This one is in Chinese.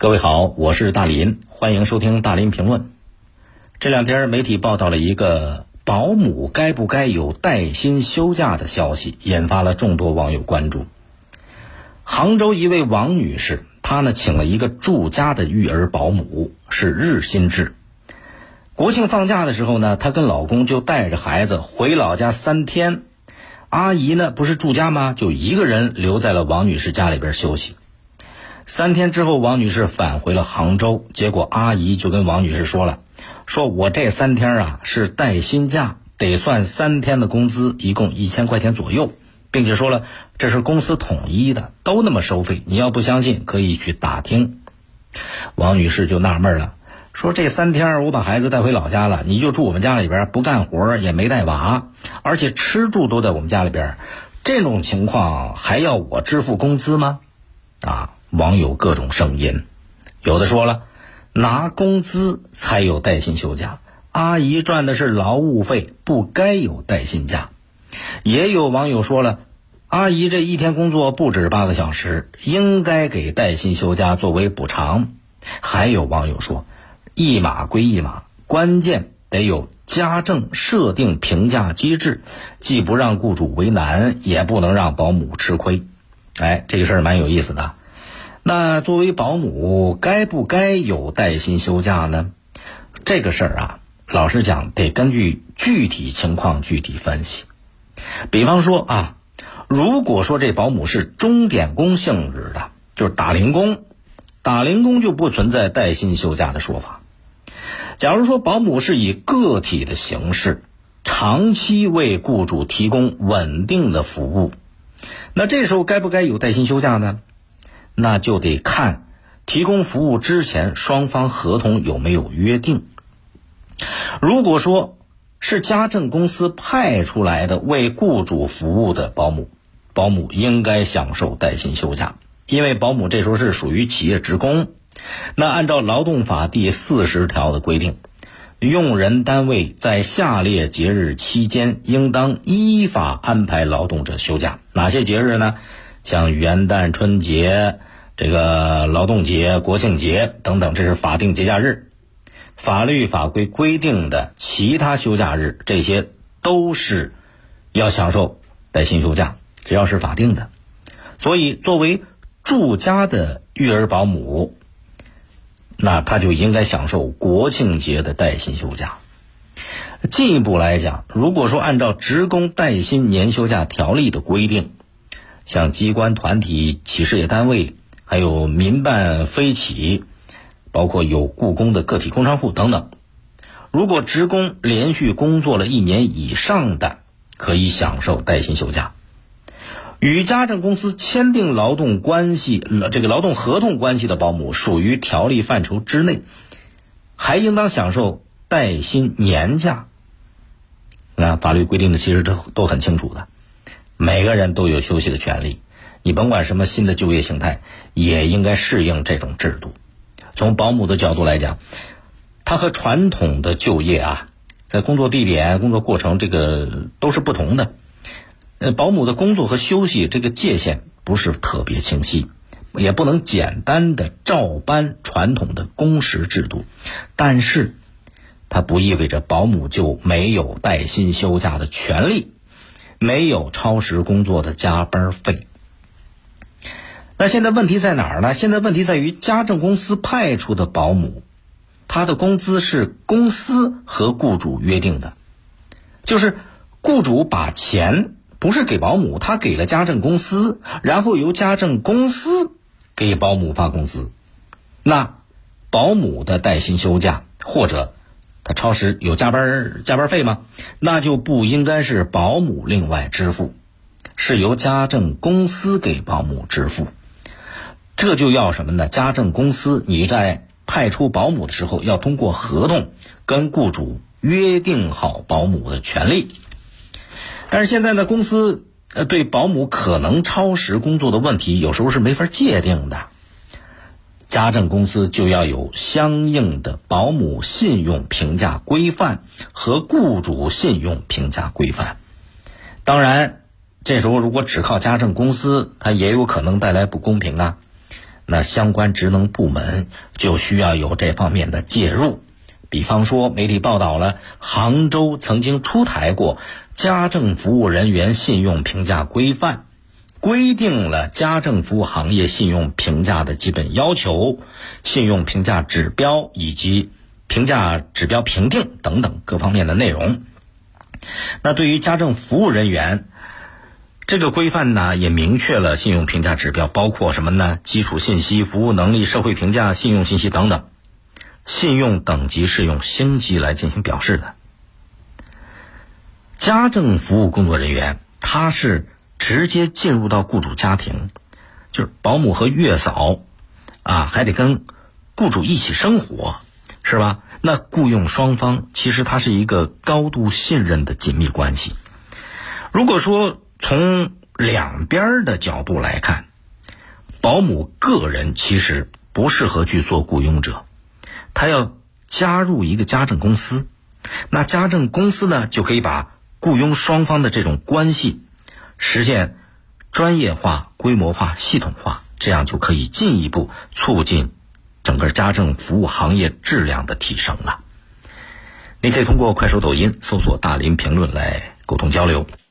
各位好，我是大林，欢迎收听大林评论。这两天媒体报道了一个保姆该不该有带薪休假的消息，引发了众多网友关注。杭州一位王女士，她呢请了一个住家的育儿保姆，是日薪制。国庆放假的时候呢，她跟老公就带着孩子回老家3天，阿姨呢不是住家吗？就一个人留在了王女士家里边休息。3天之后，王女士返回了杭州，结果阿姨就跟王女士说了，说我这3天啊是带薪假，得算3天的工资，一共1000块钱左右，并且说了这是公司统一的，都那么收费，你要不相信可以去打听。王女士就纳闷了，说这3天我把孩子带回老家了，你就住我们家里边，不干活也没带娃，而且吃住都在我们家里边，这种情况还要我支付工资吗？网友各种声音，有的说了拿工资才有带薪休假，阿姨赚的是劳务费，不该有带薪假。也有网友说了，阿姨这一天工作不止8个小时，应该给带薪休假作为补偿。还有网友说，一码归一码，关键得有家政设定评价机制，既不让雇主为难，也不能让保姆吃亏。这个事儿蛮有意思的。那作为保姆该不该有带薪休假呢？这个事儿老实讲得根据具体情况具体分析。比方说如果说这保姆是钟点工性质的，就是打零工就不存在带薪休假的说法。假如说保姆是以个体的形式，长期为雇主提供稳定的服务，那这时候该不该有带薪休假呢？那就得看提供服务之前双方合同有没有约定。如果说是家政公司派出来的为雇主服务的保姆应该享受带薪休假，因为保姆这时候是属于企业职工。那按照劳动法第40条的规定，用人单位在下列节日期间应当依法安排劳动者休假。哪些节日呢？像元旦、春节、这个劳动节、国庆节等等，这是法定节假日。法律法规规定的其他休假日，这些都是要享受带薪休假，只要是法定的。所以作为住家的育儿保姆，那他就应该享受国庆节的带薪休假。进一步来讲，如果说按照职工带薪年休假条例的规定，像机关团体、企事业单位，还有民办非企，包括有雇工的个体工商户等等，如果职工连续工作了1年以上的，可以享受带薪休假。与家政公司签订劳动合同关系的保姆属于条例范畴之内，还应当享受带薪年假。那法律规定的其实都很清楚的，每个人都有休息的权利，你甭管什么新的就业形态，也应该适应这种制度。从保姆的角度来讲，它和传统的就业在工作地点、工作过程这个都是不同的。保姆的工作和休息这个界限不是特别清晰，也不能简单的照搬传统的工时制度，但是它不意味着保姆就没有带薪休假的权利，没有超时工作的加班费。那现在问题在哪儿呢？现在问题在于家政公司派出的保姆，他的工资是公司和雇主约定的，就是雇主把钱不是给保姆，他给了家政公司，然后由家政公司给保姆发工资。那保姆的带薪休假或者他超时有加班费吗？那就不应该是保姆另外支付，是由家政公司给保姆支付。这就要什么呢？家政公司你在派出保姆的时候，要通过合同跟雇主约定好保姆的权利。但是现在呢，公司对保姆可能超时工作的问题，有时候是没法界定的。家政公司就要有相应的保姆信用评价规范和雇主信用评价规范。当然，这时候如果只靠家政公司，它也有可能带来不公平那相关职能部门就需要有这方面的介入。比方说，媒体报道了杭州曾经出台过家政服务人员信用评价规范，规定了家政服务行业信用评价的基本要求、信用评价指标以及评价指标评定等等各方面的内容。那对于家政服务人员，这个规范呢也明确了信用评价指标包括什么呢？基础信息、服务能力、社会评价、信用信息等等。信用等级是用星级来进行表示的。家政服务工作人员他是直接进入到雇主家庭，就是保姆和月嫂还得跟雇主一起生活，是吧？那雇佣双方其实它是一个高度信任的紧密关系。如果说从两边的角度来看，保姆个人其实不适合去做雇佣者，他要加入一个家政公司，那家政公司呢就可以把雇佣双方的这种关系实现专业化、规模化、系统化，这样就可以进一步促进整个家政服务行业质量的提升了。你可以通过快手、抖音搜索大林评论来沟通交流。